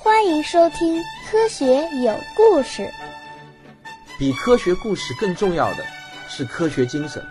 欢迎收听《科学有故事》。 比科学故事更重要的是科学精神。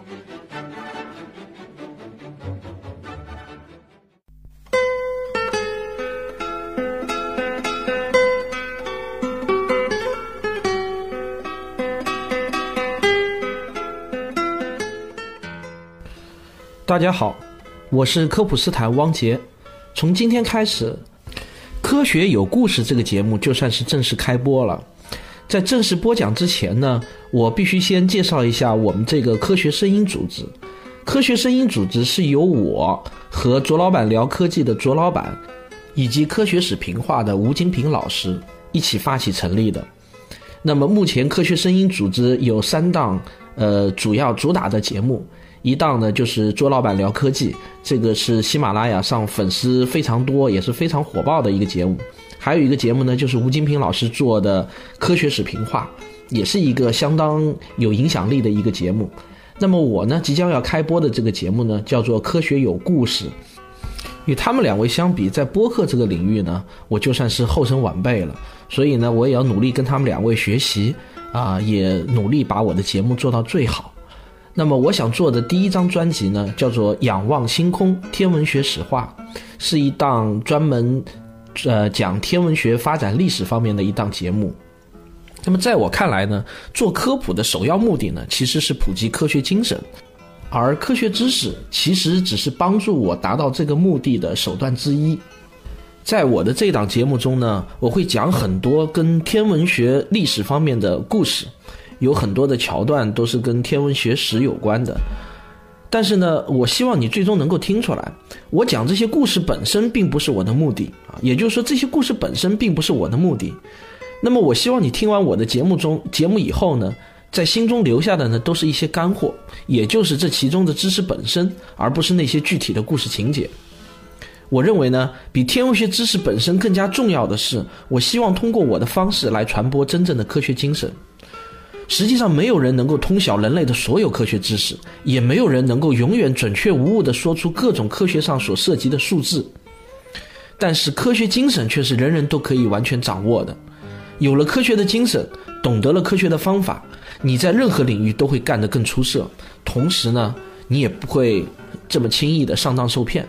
大家好，我是科普斯坦汪杰。从今天开始，科学有故事这个节目就算是正式开播了。在正式播讲之前呢，我必须先介绍一下我们这个科学声音组织。科学声音组织是由我和卓老板聊科技的卓老板，以及科学史评话的吴金平老师一起发起成立的。那么目前科学声音组织有3档主要主打的节目。一档呢就是卓老板聊科技，这个是喜马拉雅上粉丝非常多也是非常火爆的一个节目。还有一个节目呢就是吴金平老师做的科学史评话，也是一个相当有影响力的一个节目。那么我呢即将要开播的这个节目呢叫做科学有故事。与他们2位相比，在播客这个领域呢我就算是后生晚辈了，所以呢我也要努力跟他们2位学习也努力把我的节目做到最好。那么我想做的第一张专辑呢叫做仰望星空天文学史话，是一档专门讲天文学发展历史方面的一档节目。那么在我看来呢，做科普的首要目的呢其实是普及科学精神，而科学知识其实只是帮助我达到这个目的的手段之一。在我的这档节目中呢，我会讲很多跟天文学历史方面的故事，有很多的桥段都是跟天文学史有关的。但是呢，我希望你最终能够听出来，我讲这些故事本身并不是我的目的，也就是说这些故事本身并不是我的目的。那么我希望你听完我的节目以后呢，在心中留下的呢都是一些干货，也就是这其中的知识本身，而不是那些具体的故事情节。我认为呢，比天文学知识本身更加重要的是，我希望通过我的方式来传播真正的科学精神。实际上没有人能够通晓人类的所有科学知识，也没有人能够永远准确无误地说出各种科学上所涉及的数字。但是科学精神却是人人都可以完全掌握的。有了科学的精神，懂得了科学的方法，你在任何领域都会干得更出色，同时呢，你也不会这么轻易地上当受骗。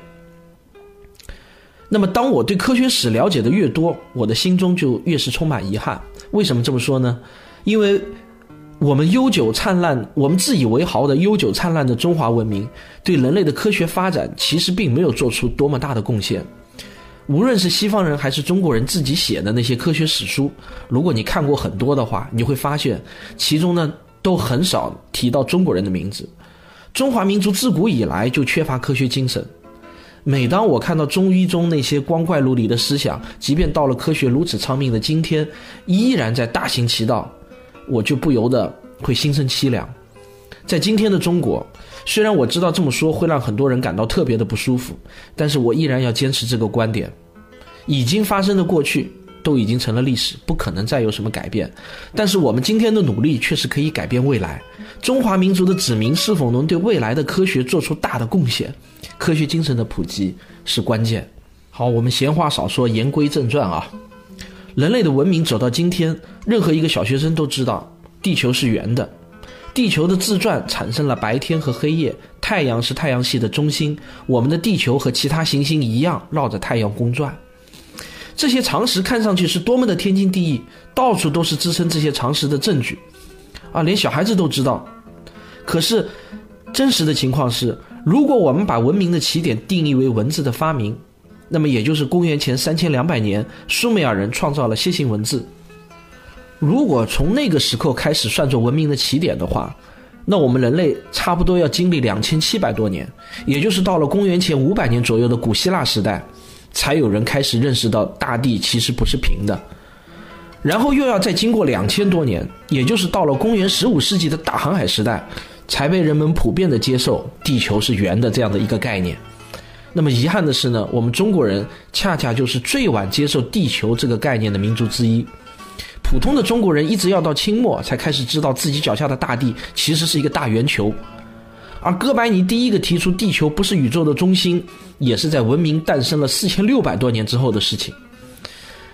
那么当我对科学史了解的越多，我的心中就越是充满遗憾。为什么这么说呢？因为我们自以为豪的悠久灿烂的中华文明，对人类的科学发展其实并没有做出多么大的贡献。无论是西方人还是中国人自己写的那些科学史书，如果你看过很多的话，你会发现其中呢都很少提到中国人的名字。中华民族自古以来就缺乏科学精神。每当我看到中医中那些光怪陆离的思想，即便到了科学如此昌明的今天，依然在大行其道，我就不由得会心生凄凉。在今天的中国，虽然我知道这么说会让很多人感到特别的不舒服，但是我依然要坚持这个观点。已经发生的过去都已经成了历史，不可能再有什么改变。但是我们今天的努力确实可以改变未来。中华民族的子民是否能对未来的科学做出大的贡献，科学精神的普及是关键。好，我们闲话少说，言归正传啊。人类的文明走到今天，任何一个小学生都知道地球是圆的。地球的自转产生了白天和黑夜，太阳是太阳系的中心，我们的地球和其他行星一样绕着太阳公转。这些常识看上去是多么的天经地义，到处都是支撑这些常识的证据连小孩子都知道。可是真实的情况是，如果我们把文明的起点定义为文字的发明，那么也就是公元前3200年，苏美尔人创造了楔形文字。如果从那个时刻开始算作文明的起点的话，那我们人类差不多要经历2700多年，也就是到了公元前500年左右的古希腊时代，才有人开始认识到大地其实不是平的。然后又要再经过2000多年，也就是到了公元15世纪的大航海时代，才被人们普遍的接受地球是圆的这样的一个概念。那么遗憾的是呢，我们中国人恰恰就是最晚接受地球这个概念的民族之一。普通的中国人一直要到清末才开始知道自己脚下的大地其实是一个大圆球。而哥白尼第一个提出地球不是宇宙的中心，也是在文明诞生了4600多年之后的事情。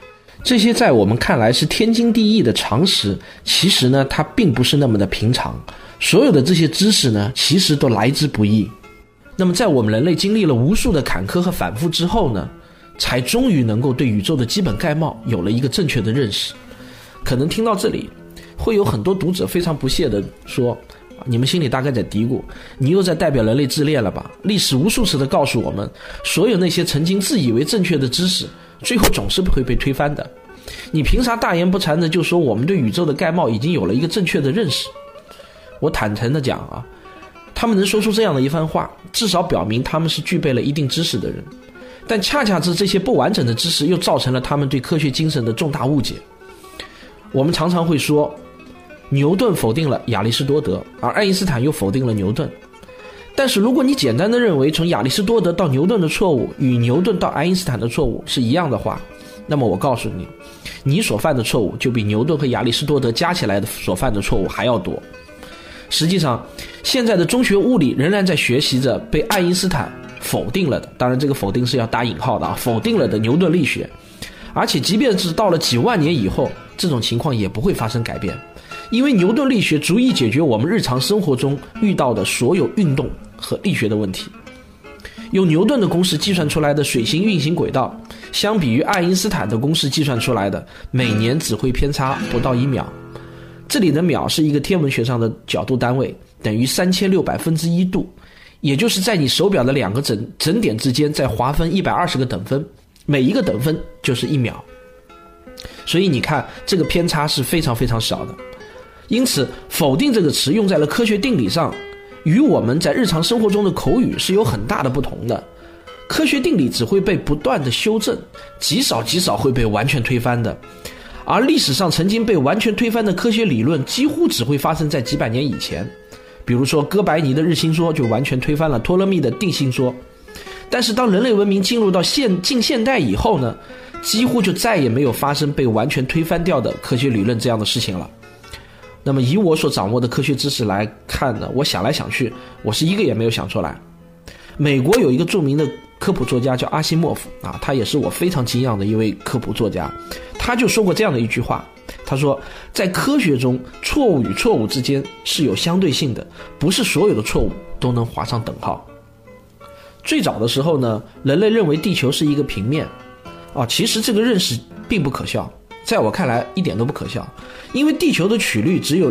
这些在我们看来是天经地义的常识，其实呢它并不是那么的平常。所有的这些知识呢其实都来之不易。那么在我们人类经历了无数的坎坷和反复之后呢，才终于能够对宇宙的基本概貌有了一个正确的认识。可能听到这里会有很多读者非常不屑地说，你们心里大概在嘀咕，你又在代表人类自恋了吧？历史无数次地告诉我们，所有那些曾经自以为正确的知识最后总是会被推翻的，你凭啥大言不惭的就说我们对宇宙的概貌已经有了一个正确的认识？我坦诚地讲啊，他们能说出这样的一番话，至少表明他们是具备了一定知识的人，但恰恰是这些不完整的知识又造成了他们对科学精神的重大误解。我们常常会说，牛顿否定了亚里士多德，而爱因斯坦又否定了牛顿。但是如果你简单的认为从亚里士多德到牛顿的错误与牛顿到爱因斯坦的错误是一样的话，那么我告诉你，你所犯的错误就比牛顿和亚里士多德加起来的所犯的错误还要多。实际上，现在的中学物理仍然在学习着被爱因斯坦否定了的，当然这个否定是要打引号的啊，否定了的牛顿力学。而且即便是到了几万年以后，这种情况也不会发生改变，因为牛顿力学足以解决我们日常生活中遇到的所有运动和力学的问题。用牛顿的公式计算出来的水星运行轨道，相比于爱因斯坦的公式计算出来的，每年只会偏差不到1秒。这里的秒是一个天文学上的角度单位，等于3600分之1度，也就是在你手表的2个整点之间再划分120个等分，每一个等分就是1秒。所以你看，这个偏差是非常非常小的。因此否定这个词用在了科学定理上，与我们在日常生活中的口语是有很大的不同的。科学定理只会被不断的修正，极少会被完全推翻的。而历史上曾经被完全推翻的科学理论几乎只会发生在几百年以前，比如说哥白尼的日心说就完全推翻了托勒密的定心说。但是当人类文明进入到近现代以后呢，几乎就再也没有发生被完全推翻掉的科学理论这样的事情了。那么以我所掌握的科学知识来看呢，我想来想去，我是一个也没有想出来。美国有一个著名的科普作家叫阿西莫夫啊，他也是我非常敬仰的一位科普作家。他就说过这样的一句话，他说，在科学中，错误与错误之间是有相对性的，不是所有的错误都能划上等号。最早的时候呢，人类认为地球是一个平面其实这个认识并不可笑，在我看来一点都不可笑，因为地球的曲率只有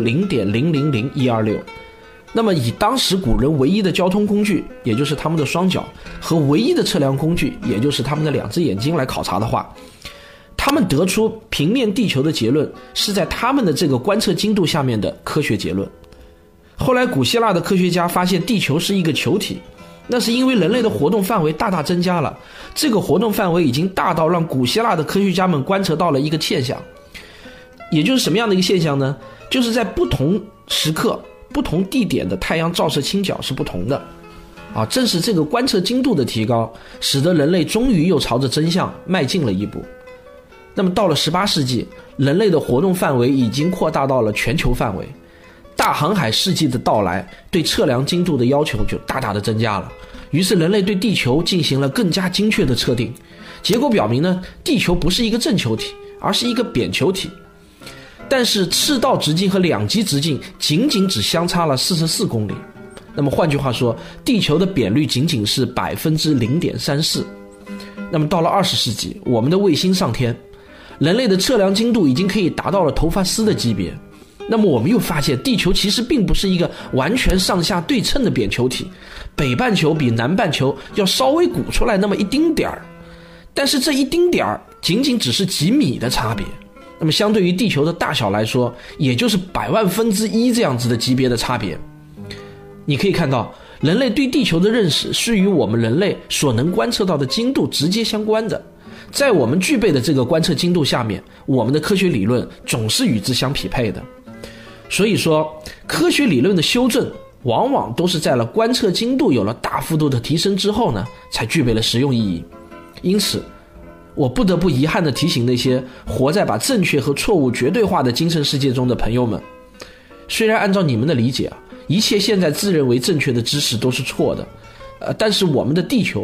0.000126。那么以当时古人唯一的交通工具，也就是他们的双脚，和唯一的测量工具，也就是他们的2只眼睛来考察的话，他们得出平面地球的结论是在他们的这个观测精度下面的科学结论。后来古希腊的科学家发现地球是一个球体，那是因为人类的活动范围大大增加了，这个活动范围已经大到让古希腊的科学家们观测到了一个现象。也就是什么样的一个现象呢？就是在不同时刻不同地点的太阳照射倾角是不同的正是这个观测精度的提高，使得人类终于又朝着真相迈进了一步。那么到了18世纪，人类的活动范围已经扩大到了全球范围，大航海世纪的到来对测量精度的要求就大大的增加了，于是人类对地球进行了更加精确的测定，结果表明呢，地球不是一个正球体，而是一个扁球体。但是赤道直径和两极直径仅只相差了44公里，那么换句话说，地球的扁率仅是 0.34%。 那么到了20世纪，我们的卫星上天，人类的测量精度已经可以达到了头发丝的级别。那么我们又发现地球其实并不是一个完全上下对称的扁球体，北半球比南半球要稍微鼓出来那么一丁点儿，但是这一丁点儿仅只是几米的差别，那么相对于地球的大小来说，也就是100万分之一这样子的级别的差别。你可以看到，人类对地球的认识是与我们人类所能观测到的精度直接相关的，在我们具备的这个观测精度下面，我们的科学理论总是与之相匹配的。所以说，科学理论的修正往往都是在了观测精度有了大幅度的提升之后呢，才具备了实用意义。因此我不得不遗憾地提醒那些活在把正确和错误绝对化的精神世界中的朋友们，虽然按照你们的理解一切现在自认为正确的知识都是错的，但是我们的地球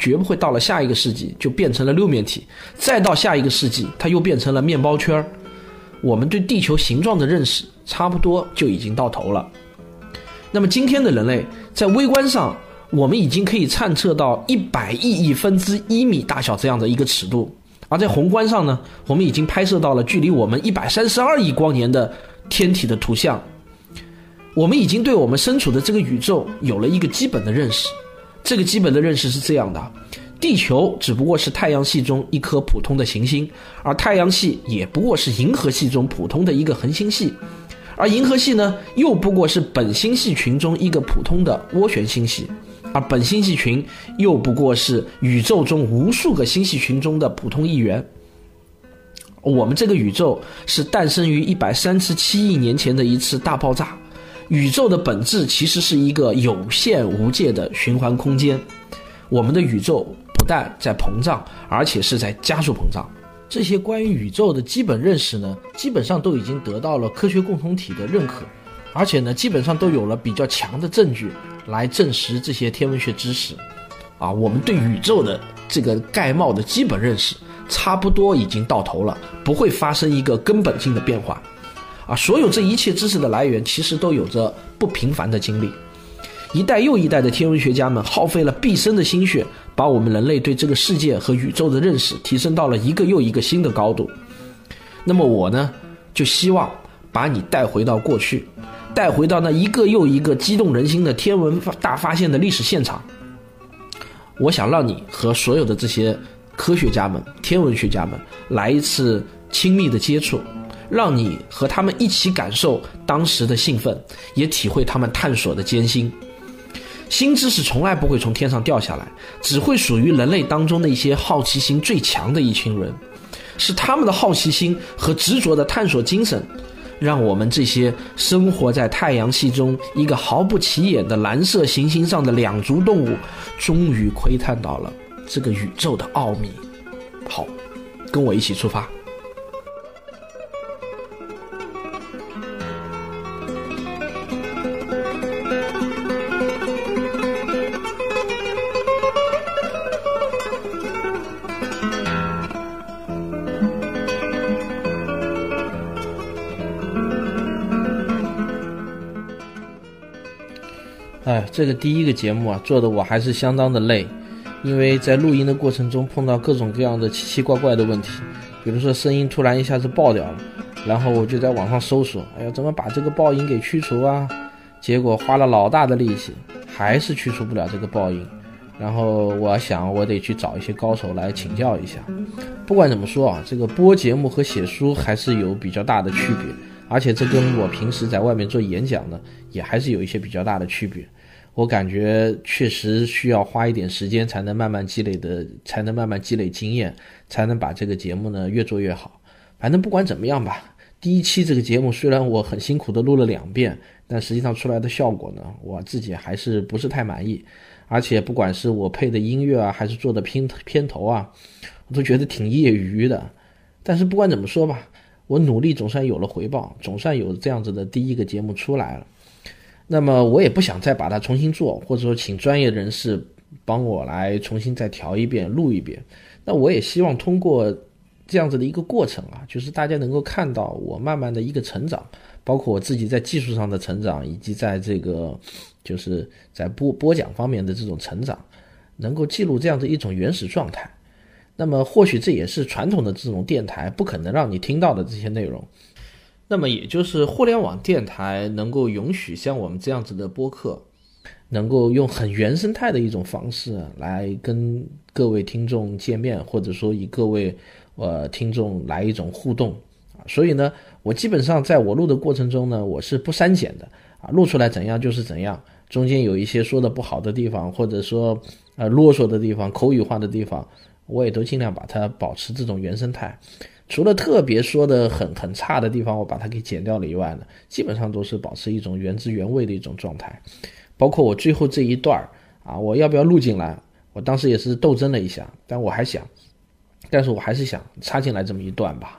绝不会到了下一个世纪就变成了六面体，再到下一个世纪它又变成了面包圈。我们对地球形状的认识差不多就已经到头了。那么今天的人类在微观上，我们已经可以探测到100亿分之1米大小这样的一个尺度，而在宏观上呢，我们已经拍摄到了距离我们132亿光年的天体的图像。我们已经对我们身处的这个宇宙有了一个基本的认识。这个基本的认识是这样的，地球只不过是太阳系中一颗普通的行星，而太阳系也不过是银河系中普通的一个恒星系，而银河系呢，又不过是本星系群中一个普通的涡旋星系，而本星系群又不过是宇宙中无数个星系群中的普通一员。我们这个宇宙是诞生于137亿年前的一次大爆炸，宇宙的本质其实是一个有限无界的循环空间。我们的宇宙不但在膨胀，而且是在加速膨胀。这些关于宇宙的基本认识呢，基本上都已经得到了科学共同体的认可，而且呢，基本上都有了比较强的证据来证实这些天文学知识。我们对宇宙的这个概貌的基本认识差不多已经到头了，不会发生一个根本性的变化。所有这一切知识的来源其实都有着不平凡的经历。一代又一代的天文学家们耗费了毕生的心血，把我们人类对这个世界和宇宙的认识提升到了一个又一个新的高度。那么我呢，就希望把你带回到过去，带回到那一个又一个激动人心的天文大发现的历史现场。我想让你和所有的这些科学家们、天文学家们来一次亲密的接触，让你和他们一起感受当时的兴奋，也体会他们探索的艰辛。新知识从来不会从天上掉下来，只会属于人类当中那些好奇心最强的一群人。是他们的好奇心和执着的探索精神，让我们这些生活在太阳系中一个毫不起眼的蓝色行星上的两足动物，终于窥探到了这个宇宙的奥秘。好，跟我一起出发。这个第一个节目做的我还是相当的累，因为在录音的过程中碰到各种各样的奇奇怪怪的问题，比如说声音突然一下子爆掉了，然后我就在网上搜索，怎么把这个爆音给去除啊？结果花了老大的力气，还是去除不了这个爆音。然后我想我得去找一些高手来请教一下。不管怎么说这个播节目和写书还是有比较大的区别，而且这跟我平时在外面做演讲呢，也还是有一些比较大的区别。我感觉确实需要花一点时间才能慢慢积累经验，才能把这个节目呢越做越好。反正不管怎么样吧，第一期这个节目虽然我很辛苦的录了2遍，但实际上出来的效果呢，我自己还是不是太满意。而且不管是我配的音乐还是做的片头我都觉得挺业余的。但是不管怎么说吧，我努力总算有了回报，总算有这样子的第一个节目出来了。那么我也不想再把它重新做，或者说请专业人士帮我来重新再调一遍录一遍。那我也希望通过这样子的一个过程就是大家能够看到我慢慢的一个成长，包括我自己在技术上的成长，以及在这个就是在播讲方面的这种成长，能够记录这样的一种原始状态。那么或许这也是传统的这种电台不可能让你听到的这些内容。那么也就是互联网电台能够允许像我们这样子的播客，能够用很原生态的一种方式来跟各位听众见面，或者说以各位听众来一种互动。所以呢，我基本上在我录的过程中呢，我是不删减的录出来怎样就是怎样，中间有一些说的不好的地方，或者说啰嗦的地方，口语化的地方，我也都尽量把它保持这种原生态。除了特别说的很差的地方我把它给剪掉了以外呢，基本上都是保持一种原汁原味的一种状态。包括我最后这一段我要不要录进来，我当时也是斗争了一下，但是我还是想插进来这么一段吧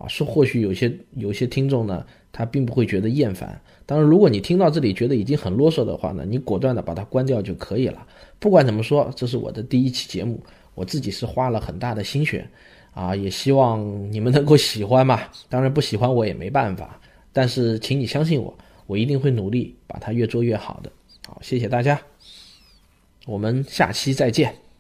说或许有些听众呢，他并不会觉得厌烦。当然，如果你听到这里觉得已经很啰嗦的话呢，你果断的把它关掉就可以了。不管怎么说，这是我的第一期节目，我自己是花了很大的心血也希望你们能够喜欢嘛。当然不喜欢我也没办法，但是请你相信我，我一定会努力把它越做越好的。好，谢谢大家，我们下期再见。